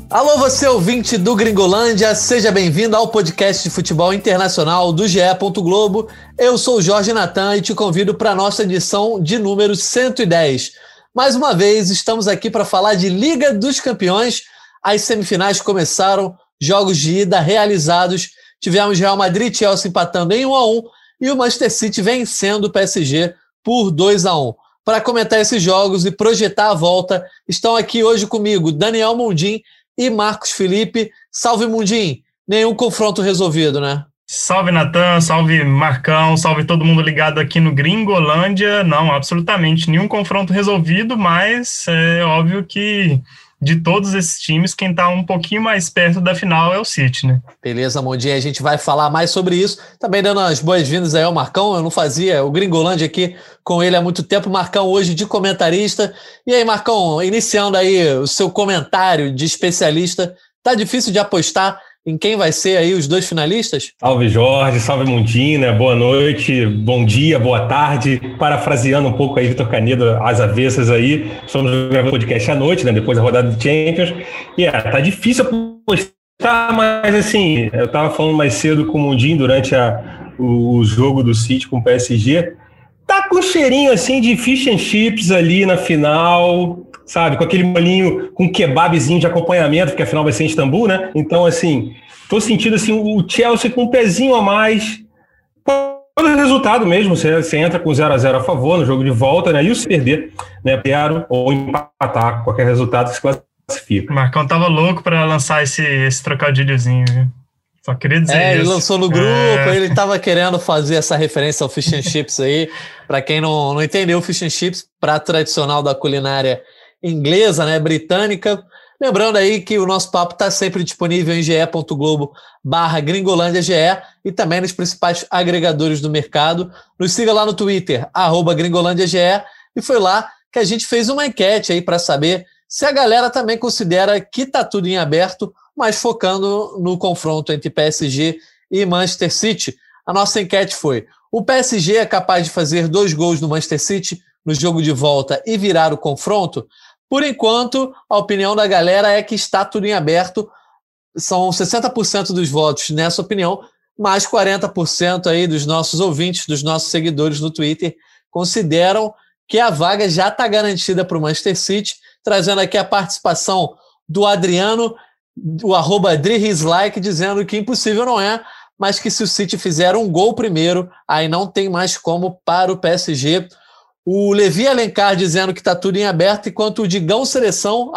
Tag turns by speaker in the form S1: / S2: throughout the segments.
S1: Alô, você ouvinte do Gringolândia, seja bem-vindo ao podcast de futebol internacional do GE. Globo. Eu sou o Jorge Natan e te convido para a nossa edição de número 110. Mais uma vez, estamos aqui para falar de Liga dos Campeões. As semifinais começaram, jogos de ida realizados. Tivemos Real Madrid e Chelsea empatando em 1-1 e o Manchester City vencendo o PSG por 2-1. Para comentar esses jogos e projetar a volta, estão aqui hoje comigo Daniel Mundim e Marcos Felipe. Salve, Mundim! Nenhum confronto resolvido, né?
S2: Salve, Natan, salve, Marcão, salve todo mundo ligado aqui no Gringolândia. Não, absolutamente nenhum confronto resolvido, mas é óbvio que de todos esses times, quem está um pouquinho mais perto da final é o City, né?
S1: Beleza, Mundim, a gente vai falar mais sobre isso. Também dando as boas-vindas aí ao Marcão. Eu não fazia o Gringolândia aqui com ele há muito tempo. Marcão hoje de comentarista. E aí, Marcão, iniciando aí o seu comentário de especialista, tá difícil de apostar em quem vai ser aí os dois finalistas?
S3: Salve, Jorge, salve, Mundim, né? Boa noite, bom dia, boa tarde. Parafraseando um pouco aí, Vitor Canedo, às avessas aí. Estamos gravando podcast à noite, né? Depois da rodada do Champions. E tá difícil apostar, mas assim, eu tava falando mais cedo com o Mundim durante o jogo do City com o PSG. Tá com cheirinho assim de fish and chips ali na final, sabe? Com aquele molinho, com kebabzinho de acompanhamento, porque a final vai ser em Istambul, né? Então, assim, tô sentindo assim, o Chelsea com um pezinho a mais. Pelo resultado mesmo, você entra com 0-0 a favor no jogo de volta, né? E se perder, né? Ou empatar, qualquer resultado que se classifica.
S2: O Marcão tava louco para lançar esse trocadilhozinho, viu? Só queria dizer isso.
S1: Ele lançou no grupo, ele tava querendo fazer essa referência ao fish and chips aí. Para quem não entendeu, o fish and chips, prato tradicional da culinária inglesa, né, britânica. Lembrando aí que o nosso papo está sempre disponível em ge.globo/gringolândiage e também nos principais agregadores do mercado. Nos siga lá no Twitter, @gringolândiage, e foi lá que a gente fez uma enquete aí para saber se a galera também considera que está tudo em aberto, mas focando no confronto entre PSG e Manchester City. A nossa enquete foi: o PSG é capaz de fazer 2 gols no Manchester City no jogo de volta e virar o confronto? Por enquanto, a opinião da galera é que está tudo em aberto. São 60% dos votos nessa opinião, mais 40% aí dos nossos ouvintes, dos nossos seguidores no Twitter, consideram que a vaga já está garantida para o Manchester City, trazendo aqui a participação do Adriano, o @DriHisLike, dizendo que impossível não é, mas que se o City fizer um gol primeiro, aí não tem mais como para o PSG. O Levi Alencar dizendo que está tudo em aberto, enquanto o Digão Seleção,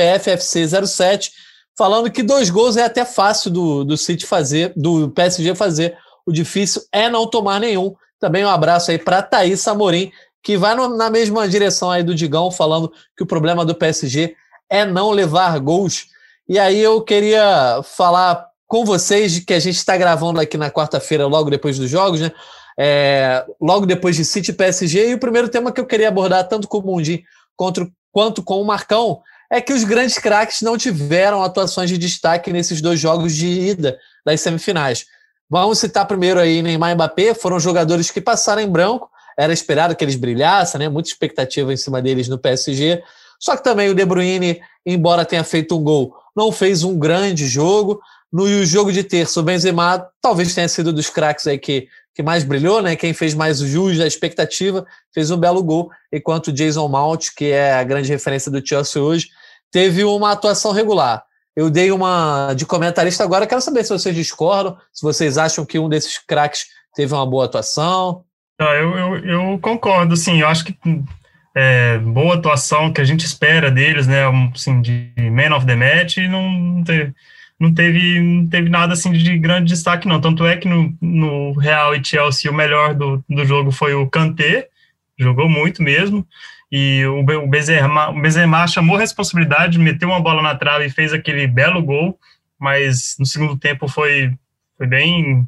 S1: @PFFC07, falando que 2 gols é até fácil do City fazer, do PSG fazer. O difícil é não tomar nenhum. Também um abraço aí para Thaís Amorim, que vai na mesma direção aí do Digão, falando que o problema do PSG é não levar gols. E aí eu queria falar com vocês de que a gente está gravando aqui na quarta-feira, logo depois dos jogos, né? Logo depois de City e PSG, e o primeiro tema que eu queria abordar, tanto com o Mundim quanto com o Marcão, é que os grandes craques não tiveram atuações de destaque nesses 2 jogos de ida das semifinais. Vamos citar primeiro aí Neymar e Mbappé, foram jogadores que passaram em branco, era esperado que eles brilhassem, né? Muita expectativa em cima deles no PSG, só que também o De Bruyne, embora tenha feito um gol, não fez um grande jogo. No jogo de terça, o Benzema talvez tenha sido dos craques aí que mais brilhou, né? Quem fez mais jus à expectativa, fez um belo gol, enquanto o Jason Mount, que é a grande referência do Chelsea hoje, teve uma atuação regular. Eu dei uma de comentarista agora, quero saber se vocês discordam, se vocês acham que um desses craques teve uma boa atuação.
S2: Eu concordo, sim, eu acho que boa atuação que a gente espera deles, né, assim, de Man of the Match, e não teve nada assim de grande destaque, não. Tanto é que no Real e Chelsea o melhor do jogo foi o Kanté, jogou muito mesmo, e o Benzema chamou a responsabilidade, meteu uma bola na trave e fez aquele belo gol, mas no segundo tempo foi bem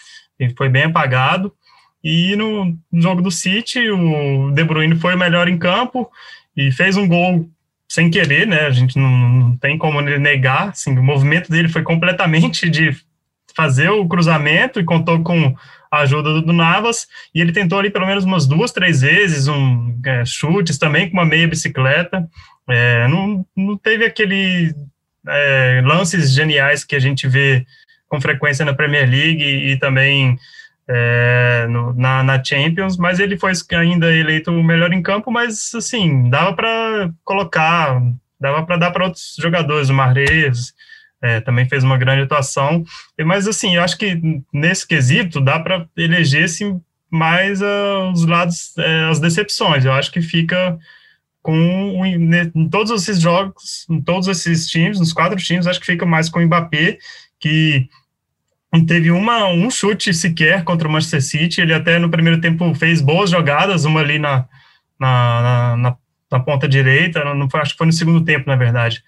S2: apagado. E no jogo do City, o De Bruyne foi o melhor em campo e fez um gol sem querer, né? A gente não tem como negar, assim, o movimento dele foi completamente de fazer o cruzamento e contou com a ajuda do Navas, e ele tentou ali pelo menos umas 2, 3 vezes, chutes também com uma meia bicicleta, não teve lances geniais que a gente vê com frequência na Premier League e também na Champions, mas ele foi ainda eleito o melhor em campo, mas assim, dava para dar para outros jogadores. O Mahrez também fez uma grande atuação, mas assim, eu acho que nesse quesito dá para eleger assim, mais os lados, as decepções. Eu acho que fica em todos esses jogos, em todos esses times, nos 4 times, acho que fica mais com o Mbappé, que teve um chute sequer contra o Manchester City. Ele até no primeiro tempo fez boas jogadas, uma ali na ponta direita, não foi, acho que foi no segundo tempo, na verdade,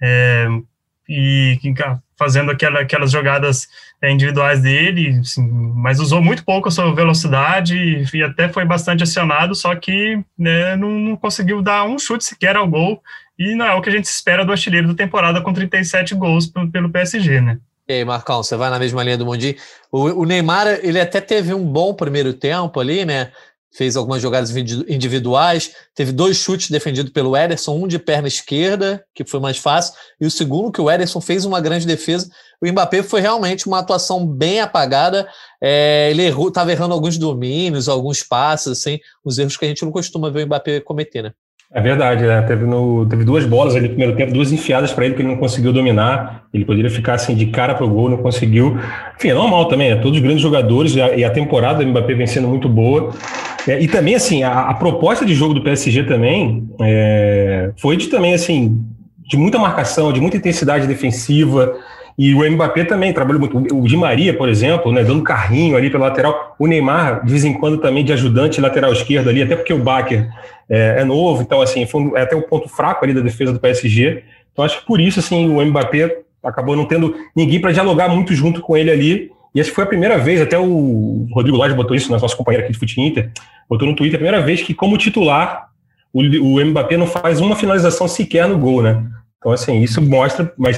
S2: e fazendo aquelas jogadas individuais dele, assim, mas usou muito pouco a sua velocidade e até foi bastante acionado, só que não conseguiu dar um chute sequer ao gol, e não é o que a gente espera do artilheiro da temporada com 37 gols pelo PSG, né?
S1: E aí, Marcão, você vai na mesma linha do Mundinho? O Neymar, ele até teve um bom primeiro tempo ali, né? Fez algumas jogadas individuais, teve 2 chutes defendidos pelo Ederson, um de perna esquerda, que foi mais fácil, e o segundo que o Ederson fez uma grande defesa. O Mbappé foi realmente uma atuação bem apagada, ele estava errando alguns domínios, alguns passes, assim, os erros que a gente não costuma ver o Mbappé cometer, né?
S3: É verdade, né? Teve 2 bolas ali no primeiro tempo, 2 enfiadas para ele que ele não conseguiu dominar. Ele poderia ficar assim de cara pro gol, não conseguiu. Enfim, é normal também, né? Todos os grandes jogadores, e a temporada do Mbappé vem sendo muito boa. E também, assim, a proposta de jogo do PSG também foi também, assim, de muita marcação, de muita intensidade defensiva. E o Mbappé também trabalhou muito. O Di Maria, por exemplo, né, dando carrinho ali pela lateral. O Neymar, de vez em quando, também de ajudante lateral esquerdo ali, até porque o Bakker é novo. Então, assim, foi até o ponto fraco ali da defesa do PSG. Então, acho que por isso, assim, o Mbappé acabou não tendo ninguém para dialogar muito junto com ele ali. E acho que foi a primeira vez, até o Rodrigo Lage botou isso, nosso companheiro aqui de Fute Inter, botou no Twitter, a primeira vez que, como titular, o Mbappé não faz uma finalização sequer no gol, né? Então, assim, isso mostra, mas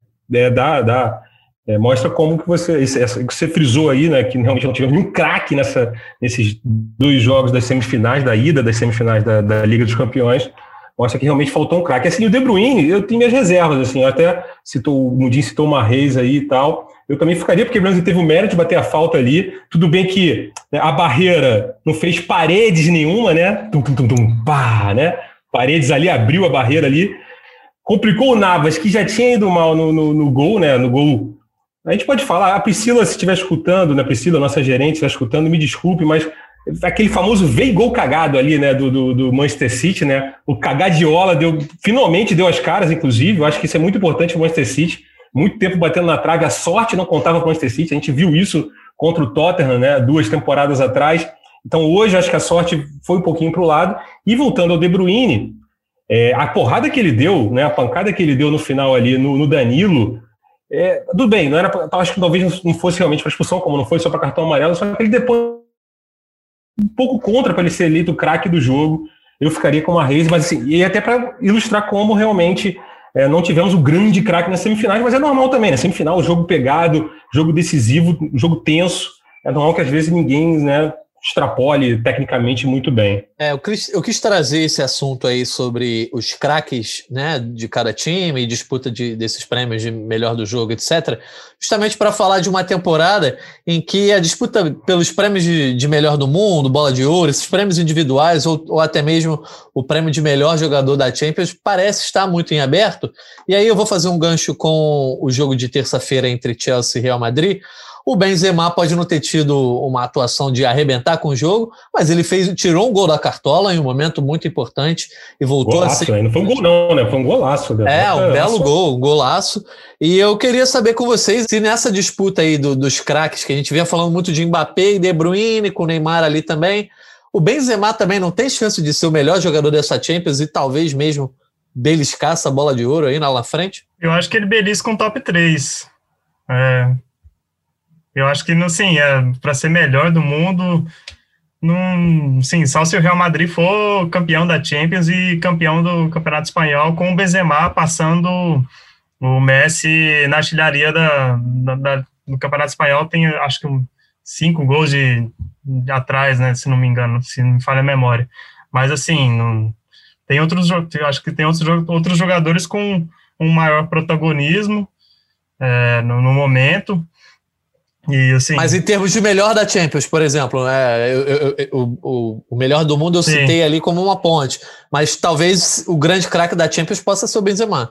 S3: mostra como que você frisou aí, né, que realmente não tivemos nenhum craque nesses 2 jogos das semifinais, da ida das semifinais da Liga dos Campeões. Mostra que realmente faltou um craque. Assim, o De Bruyne, eu tenho minhas reservas, assim, até o Mundinho citou o Mahrez aí e tal. Eu também ficaria, porque o Brasil teve o mérito de bater a falta ali. Tudo bem que, né, a barreira não fez paredes nenhuma, né? Pá, né? Paredes ali, abriu a barreira ali. Complicou o Navas, que já tinha ido mal no gol, né? No gol. A gente pode falar, a Priscila, se estiver escutando, né? Priscila, nossa gerente, estiver escutando, me desculpe, mas aquele famoso veio gol cagado ali, né? Do Manchester City, né? O Cagadiola finalmente deu as caras, inclusive. Eu acho que isso é muito importante para o Manchester City. Muito tempo batendo na trave, a sorte não contava com o Manchester City. A gente viu isso contra o Tottenham, né? 2 temporadas atrás. Então hoje acho que a sorte foi um pouquinho para o lado. E voltando ao De Bruyne, a porrada que ele deu, né, a pancada que ele deu no final ali no Danilo, tudo bem, não era, acho que talvez não fosse realmente para expulsão, como não foi só para cartão amarelo, só que ele depois um pouco contra para ele ser eleito o craque do jogo. Eu ficaria com o Mahrez, mas assim, e até para ilustrar como realmente não tivemos o grande craque nas semifinais, mas é normal também, né? Semifinal, jogo pegado, jogo decisivo, jogo tenso, é normal que às vezes ninguém, né, extrapole tecnicamente muito bem.
S1: Eu quis trazer esse assunto aí sobre os craques, né, de cada time e disputa desses prêmios de melhor do jogo, etc., justamente para falar de uma temporada em que a disputa pelos prêmios de melhor do mundo, bola de ouro, esses prêmios individuais ou até mesmo o prêmio de melhor jogador da Champions parece estar muito em aberto. E aí eu vou fazer um gancho com o jogo de terça-feira entre Chelsea e Real Madrid. O Benzema pode não ter tido uma atuação de arrebentar com o jogo, mas ele tirou um gol da cartola em um momento muito importante e voltou
S3: golaço,
S1: a ser...
S3: Não foi um gol não, né? Foi um golaço.
S1: Um belo gol, um golaço. E eu queria saber com vocês se nessa disputa aí dos craques, que a gente vinha falando muito de Mbappé e De Bruyne, com o Neymar ali também, o Benzema também não tem chance de ser o melhor jogador dessa Champions e talvez mesmo beliscar essa bola de ouro aí lá na frente?
S2: Eu acho que ele belisca um top 3. Eu acho que, assim, para ser melhor do mundo, só se o Real Madrid for campeão da Champions e campeão do Campeonato Espanhol, com o Benzema passando o Messi na artilharia do Campeonato Espanhol. Tem, acho que, 5 gols de atrás, né, se não me engano, se não me falha a memória. Mas, assim, tem outros jogadores com um maior protagonismo no momento. E, assim,
S1: mas em termos de melhor da Champions, por exemplo, o melhor do mundo eu citei ali como uma ponte, mas talvez o grande craque da Champions possa ser o Benzema.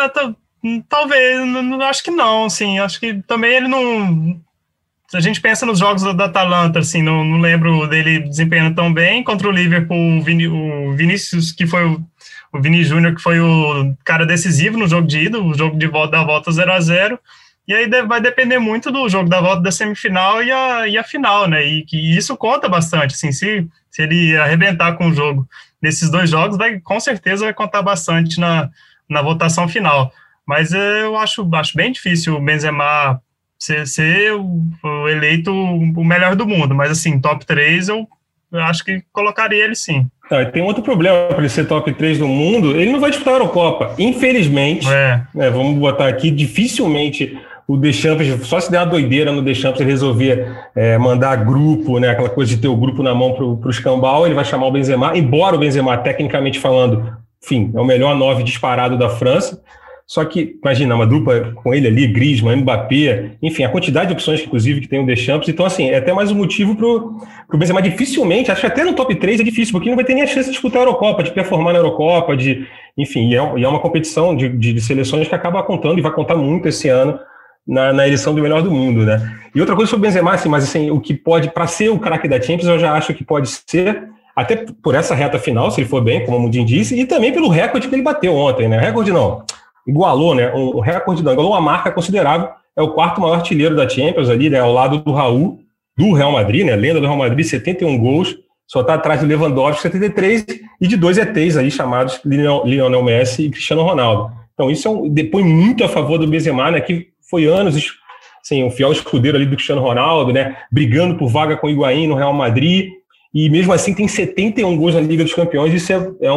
S2: Talvez, acho que não, assim, acho que também ele não... A gente pensa nos jogos da Atalanta, assim, não lembro dele desempenhando tão bem. Contra o Liverpool, o Vinícius, que foi o Vini Júnior, que foi o cara decisivo no jogo de ida, o jogo de volta da volta 0-0. E aí vai depender muito do jogo da volta da semifinal e a final, né? E que isso conta bastante, assim, se ele arrebentar com o jogo nesses dois jogos, com certeza vai contar bastante na votação final. Mas eu acho bem difícil o Benzema ser o eleito o melhor do mundo, mas assim, top 3 eu acho que colocaria ele sim.
S3: Tem outro problema para ele ser top 3 do mundo, ele não vai disputar a Eurocopa, infelizmente, vamos botar aqui, dificilmente o Deschamps, só se der uma doideira no Deschamps ele resolver mandar grupo, né, aquela coisa de ter o grupo na mão para o escambau, ele vai chamar o Benzema, embora o Benzema, tecnicamente falando, enfim, é o melhor 9 disparado da França. Só que, imagina, uma dupla com ele ali, Griezmann, Mbappé, enfim, a quantidade de opções, inclusive, que tem o Deschamps. Então, assim, é até mais um motivo pro Benzema dificilmente, acho que até no top 3 é difícil, porque não vai ter nem a chance de disputar a Eurocopa, de performar na Eurocopa, enfim, e é uma competição de seleções que acaba contando e vai contar muito esse ano na eleição do melhor do mundo, né? E outra coisa sobre o Benzema, assim, mas assim, o que pode, para ser o craque da Champions, eu já acho que pode ser, até por essa reta final, se ele for bem, como o Mundinho disse, e também pelo recorde que ele bateu ontem, né? Recorde não. Igualou, né? O recorde não, igualou uma marca considerável, é o quarto maior artilheiro da Champions ali, né? Ao lado do Raul, do Real Madrid, né? Lenda do Real Madrid, 71 gols, só está atrás do Lewandowski, 73, e de 2 ETs aí, chamados Lionel Messi e Cristiano Ronaldo. Então isso depõe muito a favor do Benzema, né? Que foi anos, assim, um fiel escudeiro ali do Cristiano Ronaldo, né? Brigando por vaga com o Higuaín no Real Madrid, e mesmo assim tem 71 gols na Liga dos Campeões, isso é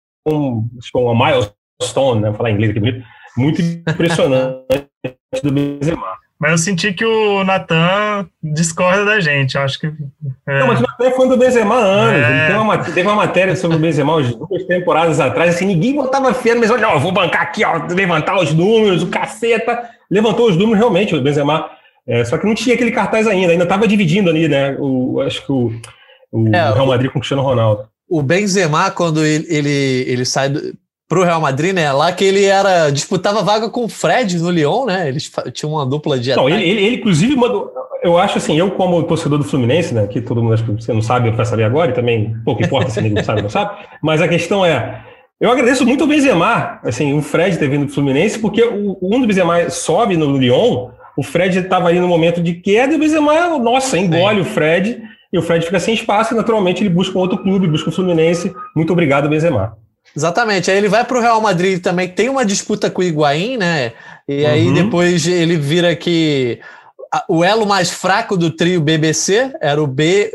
S3: uma milestone, né? Vou falar em inglês aqui bonito, muito impressionante do Benzema.
S2: Mas eu senti que o Natan discorda da gente, eu acho que...
S3: Não, mas o Natan é fã do Benzema há anos, ele teve uma matéria sobre o Benzema umas 2 temporadas atrás, assim, ninguém botava fé no Benzema, não, eu vou bancar aqui, ó, levantar os números, o caceta, levantou os números realmente, o Benzema, só que não tinha aquele cartaz ainda estava dividindo ali, né, acho que o Real Madrid com o Cristiano Ronaldo.
S1: O Benzema, quando ele sai pro Real Madrid, né? Lá que ele disputava vaga com o Fred no Lyon, né? Eles tinham uma dupla de ataque.
S3: Não, ele inclusive mandou. Eu acho assim, eu como torcedor do Fluminense, né? Que todo mundo acho que você não sabe, vai saber agora, e também pouco importa se ninguém sabe ou não sabe. Mas a questão eu agradeço muito ao Benzema, assim, o Fred ter vindo do Fluminense, porque o Benzema sobe no Lyon, o Fred estava ali no momento de queda, e o Benzema, nossa, engole o Fred, e o Fred fica sem espaço, e naturalmente ele busca um outro clube, busca o Fluminense. Muito obrigado, Benzema.
S1: Exatamente, aí ele vai para o Real Madrid também, tem uma disputa com o Higuaín, né? E aí depois ele vira que o elo mais fraco do trio BBC era o B,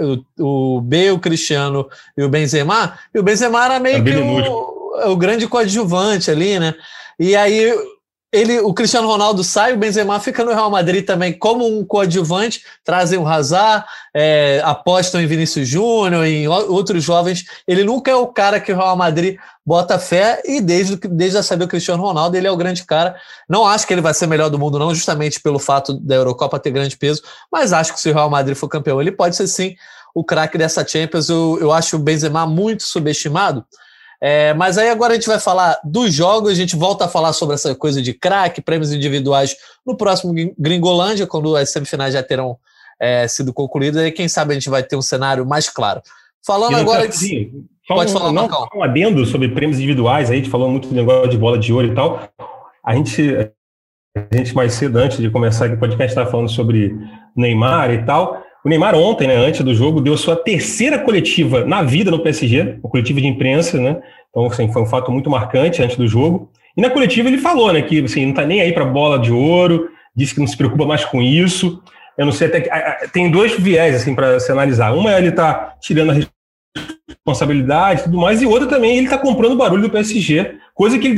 S1: o Cristiano e o Benzema, e o Benzema era meio que o grande coadjuvante ali, né? E aí o Cristiano Ronaldo sai, o Benzema fica no Real Madrid também como um coadjuvante, trazem o Hazard, apostam em Vinícius Júnior, em outros jovens. Ele nunca é o cara que o Real Madrid bota fé, e desde a saber o Cristiano Ronaldo, ele é o grande cara. Não acho que ele vai ser melhor do mundo, não, justamente pelo fato da Eurocopa ter grande peso, mas acho que se o Real Madrid for campeão, ele pode ser sim o craque dessa Champions. Eu acho o Benzema muito subestimado. Mas aí agora a gente vai falar dos jogos, a gente volta a falar sobre essa coisa de craque, prêmios individuais no próximo Gringolândia, quando as semifinais já terão sido concluídas, e quem sabe a gente vai ter um cenário mais claro. Falando agora... Pode falar, Marcão.
S3: Um adendo sobre prêmios individuais, aí a gente falou muito do negócio de bola de ouro e tal. A gente mais cedo, antes de começar aqui o podcast, estava falando sobre Neymar e tal. O Neymar ontem, né, antes do jogo, deu sua 3ª coletiva na vida no PSG, uma coletiva de imprensa, né? Então, assim, foi um fato muito marcante antes do jogo. E na coletiva ele falou, né, que assim, não está nem aí para bola de ouro, disse que não se preocupa mais com isso. Eu não sei, até tem 2 viés assim, para se analisar. Uma é ele tá tirando a responsabilidade e tudo mais, e outra também ele está comprando o barulho do PSG, coisa que ele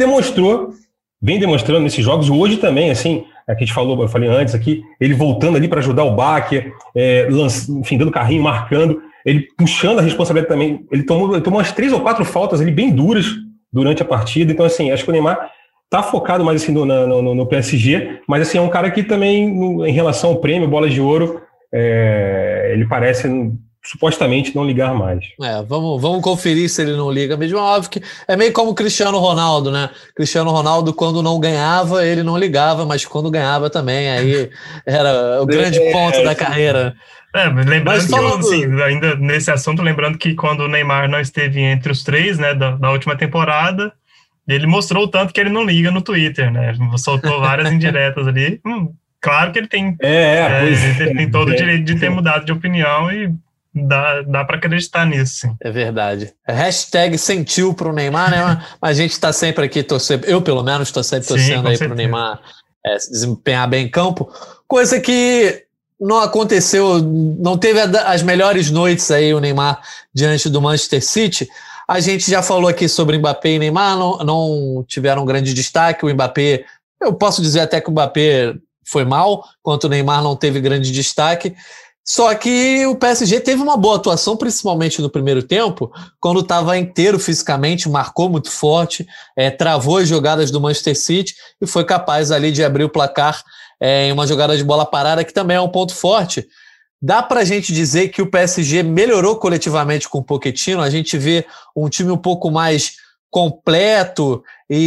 S3: vem demonstrando nesses jogos, hoje também, assim, que a gente falou, eu falei antes aqui, ele voltando ali para ajudar o Bakker, enfim, dando carrinho, marcando, ele puxando a responsabilidade também, ele tomou umas 3 ou 4 faltas ali bem duras durante a partida. Então, assim, acho que o Neymar tá focado mais assim, no PSG, mas assim, é um cara que também, em relação ao prêmio, bola de ouro, ele parece supostamente não ligar mais.
S1: Vamos conferir se ele não liga mesmo. Óbvio que é meio como o Cristiano Ronaldo, né? Cristiano Ronaldo, quando não ganhava, ele não ligava, mas quando ganhava também, aí era o grande ponto da carreira.
S2: Lembrando que, assim, ainda nesse assunto, lembrando que quando o Neymar não esteve entre os 3, né, da última temporada, ele mostrou o tanto que ele não liga no Twitter, né? Soltou várias indiretas ali. Claro que ele tem, ele tem todo o direito de ter mudado de opinião e dá para acreditar nisso, sim.
S1: É verdade. Hashtag sentiu pro Neymar, né? Mas a gente está sempre aqui torcendo, eu pelo menos estou sempre torcendo aí pro Neymar se desempenhar bem em campo, coisa que não aconteceu, não teve as melhores noites aí o Neymar diante do Manchester City. A gente já falou aqui sobre Mbappé e Neymar, não tiveram um grande destaque. O Mbappé, eu posso dizer até que o Mbappé foi mal, enquanto o Neymar não teve grande destaque. Só que o PSG teve uma boa atuação, principalmente no primeiro tempo, quando estava inteiro fisicamente, marcou muito forte, travou as jogadas do Manchester City e foi capaz ali de abrir o placar em uma jogada de bola parada, que também é um ponto forte. Dá para a gente dizer que o PSG melhorou coletivamente com o Pochettino? A gente vê um time um pouco mais completo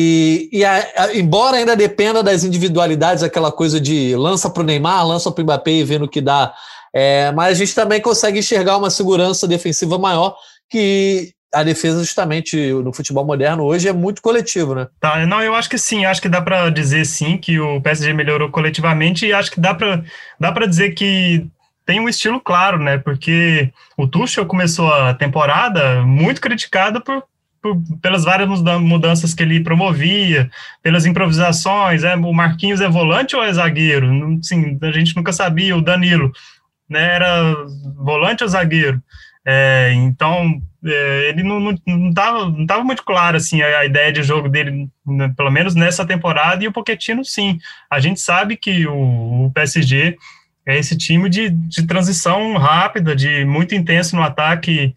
S1: embora ainda dependa das individualidades, aquela coisa de lança para o Neymar, lança para o Mbappé e vendo o que dá. Mas a gente também consegue enxergar uma segurança defensiva maior, que a defesa justamente no futebol moderno hoje é muito coletivo, né?
S2: Não, eu acho que sim, acho que dá para dizer sim que o PSG melhorou coletivamente e acho que dá para dizer que tem um estilo claro, né? Porque o Tuchel começou a temporada muito criticado pelas várias mudanças que ele promovia, pelas improvisações, o Marquinhos é volante ou é zagueiro? Sim, a gente nunca sabia, o Danilo, né, era volante ou zagueiro? Então, ele não estava muito claro assim, a ideia de jogo dele, né, pelo menos nessa temporada, e o Pochettino, sim. A gente sabe que o PSG é esse time de transição rápida, de muito intenso no ataque,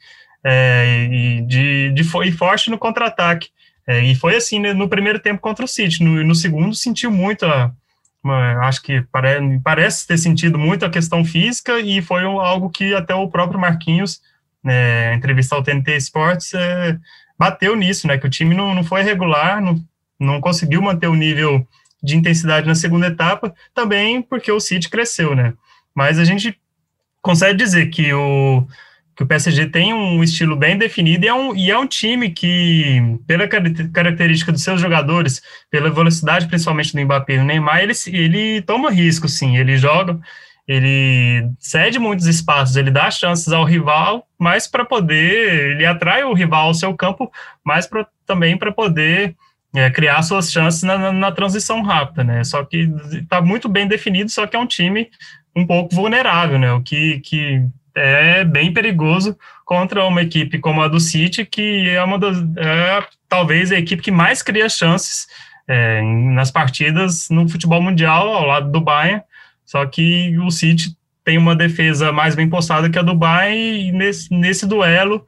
S2: e forte no contra-ataque. E foi assim, né, no primeiro tempo contra o City. No segundo, sentiu muito acho que parece ter sentido muito a questão física, e foi algo que até o próprio Marquinhos, em entrevista ao TNT Sports, bateu nisso, né, que o time não foi regular, não conseguiu manter o nível de intensidade na segunda etapa, também porque o City cresceu, né, mas a gente consegue dizer que o PSG tem um estilo bem definido e é um time que, pela característica dos seus jogadores, pela velocidade principalmente do Mbappé e do Neymar, ele toma risco, sim, ele joga, ele cede muitos espaços, ele dá chances ao rival, mas ele atrai o rival ao seu campo, mas também para poder criar suas chances na transição rápida, né? Só que está muito bem definido, só que é um time um pouco vulnerável, né? O que é bem perigoso contra uma equipe como a do City, que é talvez a equipe que mais cria chances nas partidas no futebol mundial, ao lado do Bayern. Só que o City tem uma defesa mais bem postada que a do Bayern, e nesse duelo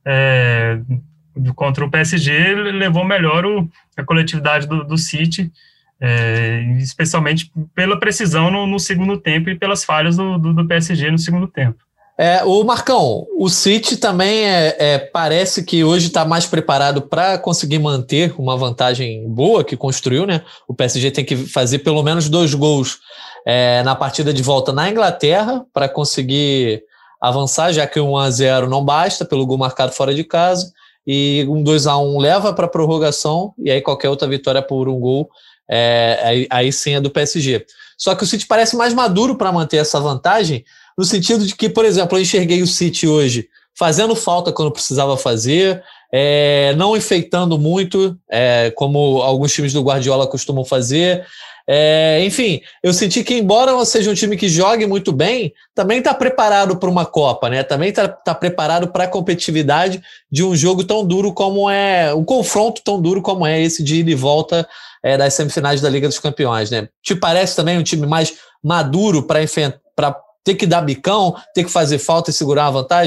S2: contra o PSG levou melhor a coletividade do City, especialmente pela precisão no segundo tempo e pelas falhas do PSG no segundo tempo.
S1: O Marcão, o City também parece que hoje está mais preparado para conseguir manter uma vantagem boa que construiu, né? O PSG tem que fazer pelo menos 2 gols na partida de volta na Inglaterra para conseguir avançar, já que 1-0 não basta pelo gol marcado fora de casa, e 2-1 leva para a prorrogação, e aí qualquer outra vitória por 1 gol, aí sim é do PSG. Só que o City parece mais maduro para manter essa vantagem, no sentido de que, por exemplo, eu enxerguei o City hoje fazendo falta quando precisava fazer, não enfeitando muito, como alguns times do Guardiola costumam fazer. Enfim, eu senti que, embora seja um time que jogue muito bem, também está preparado para uma Copa, né? Também está preparado para a competitividade de um jogo tão duro como um confronto tão duro como esse de ida e volta das semifinais da Liga dos Campeões, né? Te parece também um time mais maduro para ter que dar bicão, ter que fazer falta e segurar a vantagem?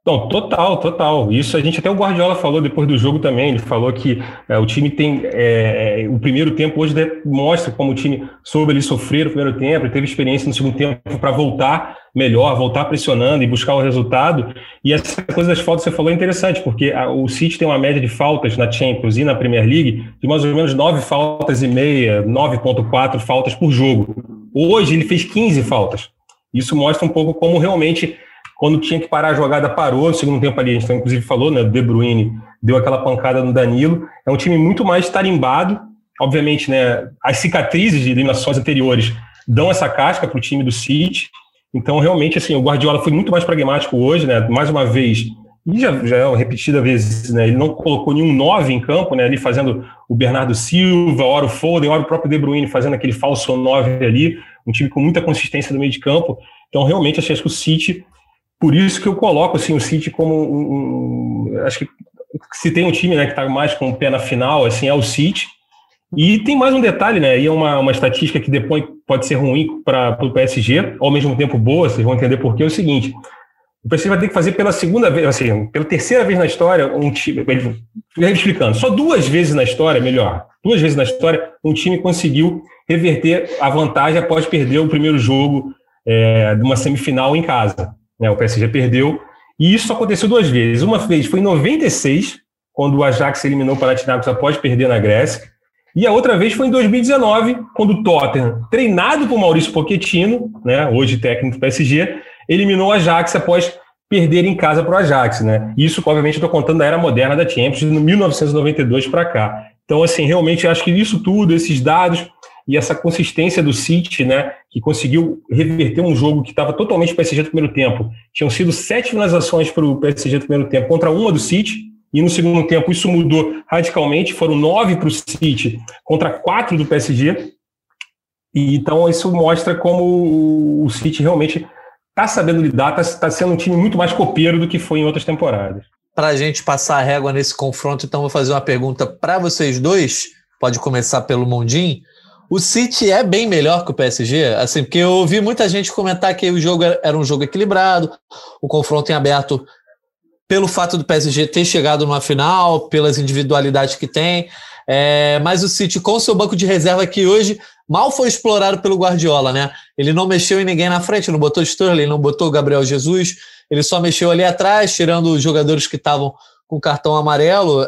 S3: Não, total. Isso a gente, até o Guardiola falou depois do jogo também, ele falou que o time tem, o primeiro tempo hoje mostra como o time soube ali sofrer no primeiro tempo, ele teve experiência no segundo tempo para voltar melhor, voltar pressionando e buscar o resultado, e essa coisa das faltas que você falou é interessante, porque o City tem uma média de faltas na Champions e na Premier League de mais ou menos 9 faltas e meia, 9,4 faltas por jogo. Hoje ele fez 15 faltas. Isso mostra um pouco como realmente, quando tinha que parar a jogada, parou. No segundo tempo ali, a gente inclusive falou, né? O De Bruyne deu aquela pancada no Danilo. É um time muito mais tarimbado. Obviamente, né? As cicatrizes de eliminações anteriores dão essa casca para o time do City. Então, realmente, assim, o Guardiola foi muito mais pragmático hoje, né? Mais uma vez, e já é uma repetida vez, né? Ele não colocou nenhum 9 em campo, né? Ali fazendo o Bernardo Silva, ora o Foden, ora o próprio De Bruyne fazendo aquele falso 9 ali. Um time com muita consistência no meio de campo. Então, realmente, achei que o City... Por isso que eu coloco assim, o City como acho que se tem um time, né, que está mais com o pé na final, assim, é o City. E tem mais um detalhe, né? E é uma estatística que depois pode ser ruim para o PSG, ao mesmo tempo boa, vocês vão entender por quê. É o seguinte: o PSG vai ter que fazer pela segunda vez, assim, pela terceira vez na história, um time. Explicando, só 2 vezes na história, melhor, 2 vezes na história, um time conseguiu reverter a vantagem após perder o primeiro jogo de uma semifinal em casa. O PSG perdeu, e isso aconteceu 2 vezes. Uma vez foi em 96, quando o Ajax eliminou o Panathinaikos após perder na Grécia, e a outra vez foi em 2019, quando o Tottenham, treinado por Maurício Pochettino, né, hoje técnico do PSG, eliminou o Ajax após perder em casa para o Ajax. Né? Isso, obviamente, estou contando da era moderna da Champions, de 1992 para cá. Então, assim, realmente, acho que isso tudo, esses dados... E essa consistência do City, né, que conseguiu reverter um jogo que estava totalmente PSG no primeiro tempo. Tinham sido 7 finalizações para o PSG no primeiro tempo contra 1 do City, e no segundo tempo isso mudou radicalmente, foram 9 para o City contra 4 do PSG. E então isso mostra como o City realmente está sabendo lidar, está sendo um time muito mais copeiro do que foi em outras temporadas.
S1: Para a gente passar a régua nesse confronto, então vou fazer uma pergunta para vocês dois, pode começar pelo Mondinho. O City é bem melhor que o PSG? Assim, porque eu ouvi muita gente comentar que o jogo era um jogo equilibrado, o confronto em aberto, pelo fato do PSG ter chegado numa final, pelas individualidades que tem, mas o City, com o seu banco de reserva, que hoje mal foi explorado pelo Guardiola, né? Ele não mexeu em ninguém na frente, não botou Sterling, não botou Gabriel Jesus, ele só mexeu ali atrás, tirando os jogadores que estavam com cartão amarelo.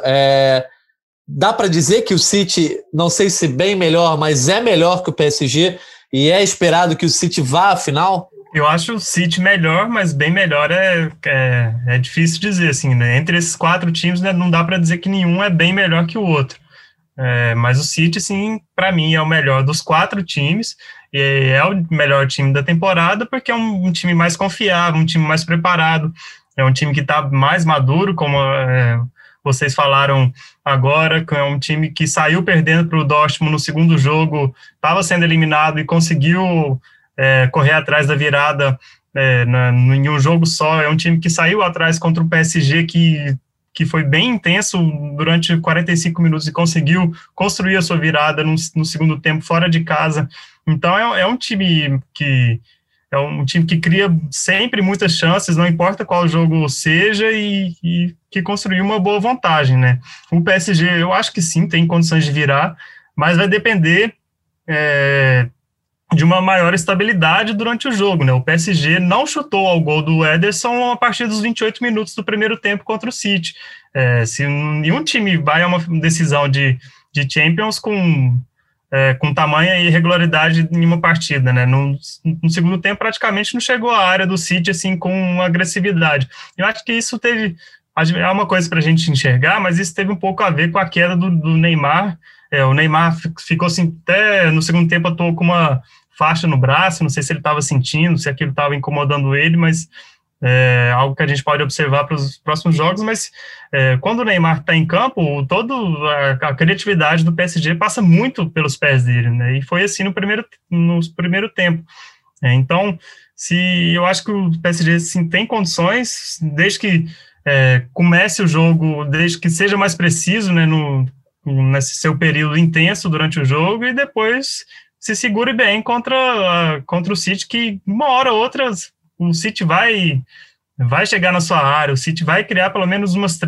S1: Dá para dizer que o City, não sei se bem melhor, mas é melhor que o PSG e é esperado que o City vá à final?
S2: Eu acho o City melhor, mas bem melhor é difícil dizer, assim, né? Entre esses 4 times, né, não dá para dizer que nenhum é bem melhor que o outro. Mas o City, sim, para mim é o melhor dos 4 times, e é o melhor time da temporada porque é um time mais confiável, um time mais preparado, é um time que está mais maduro, como vocês falaram agora, que é um time que saiu perdendo para o Dortmund no segundo jogo, estava sendo eliminado e conseguiu correr atrás da virada em um jogo só. É um time que saiu atrás contra o PSG, que foi bem intenso durante 45 minutos e conseguiu construir a sua virada no segundo tempo fora de casa. Então é um time que cria sempre muitas chances, não importa qual jogo seja, e que construiu uma boa vantagem, né? O PSG, eu acho que sim, tem condições de virar, mas vai depender de uma maior estabilidade durante o jogo, né? O PSG não chutou ao gol do Ederson a partir dos 28 minutos do primeiro tempo contra o City. Se nenhum time vai a uma decisão de Champions com tamanha irregularidade em uma partida, né? No segundo tempo praticamente não chegou à área do City assim com agressividade. Eu acho que isso é uma coisa para a gente enxergar, mas isso teve um pouco a ver com a queda do Neymar. O Neymar ficou assim, até no segundo tempo atuou com uma faixa no braço, não sei se ele estava sentindo, se aquilo estava incomodando ele, mas algo que a gente pode observar para os próximos jogos. Mas quando o Neymar está em campo, toda a criatividade do PSG passa muito pelos pés dele, né? E foi assim no primeiro tempo. Então, eu acho que o PSG sim, tem condições, desde que comece o jogo, desde que seja mais preciso, né, nesse seu período intenso durante o jogo, e depois se segure bem contra o City, que uma hora ou outra o City vai vai chegar na sua área, o City vai criar pelo menos umas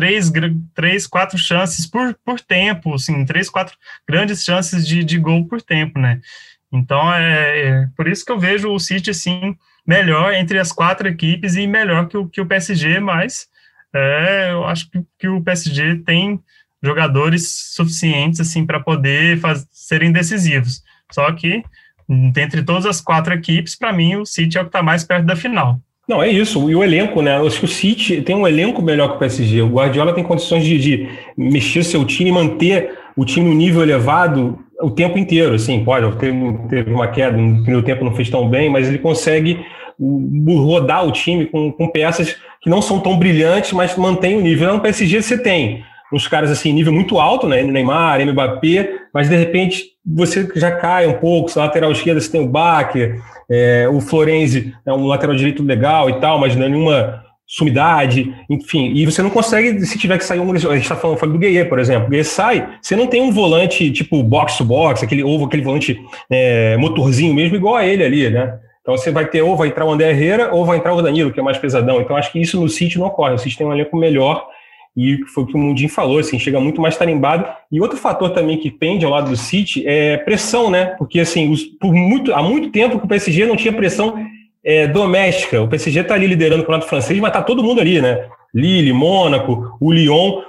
S2: 4 chances por tempo, assim, 4 grandes chances de gol por tempo, né? Então, por isso que eu vejo o City, assim, melhor entre as 4 equipes e melhor que o PSG, mas eu acho que o PSG tem jogadores suficientes, assim, para poder serem decisivos. Só que, entre todas as 4 equipes, para mim, o City é o que está mais perto da final.
S3: Não, é isso. E o elenco, né? Eu acho que o City tem um elenco melhor que o PSG. O Guardiola tem condições de mexer seu time, manter o time no nível elevado o tempo inteiro. Assim, pode teve uma queda, no primeiro tempo não fez tão bem, mas ele consegue rodar o time com peças que não são tão brilhantes, mas mantém o nível. No PSG você tem uns caras assim, nível muito alto, né? Neymar, Mbappé, mas de repente você já cai um pouco. Seu lateral esquerdo você tem o Bakker, o Florenzi é um lateral direito legal e tal, mas não é nenhuma sumidade, enfim, e você não consegue, se tiver que sair a gente está falando do Gueye, por exemplo, o Gueye sai, você não tem um volante tipo box to box, aquele volante motorzinho mesmo, igual a ele ali, né? Então você vai ter, ou vai entrar o André Herrera, ou vai entrar o Danilo, que é mais pesadão. Então acho que isso no City não ocorre, o City tem um elenco melhor, e foi o que o Mundinho falou, assim, chega muito mais tarimbado. E outro fator também que pende ao lado do City é pressão, né? Porque assim, há muito tempo que o PSG não tinha pressão doméstica. O PSG está ali liderando o campeonato francês, mas está todo mundo ali, né? Lille, Mônaco, o Lyon.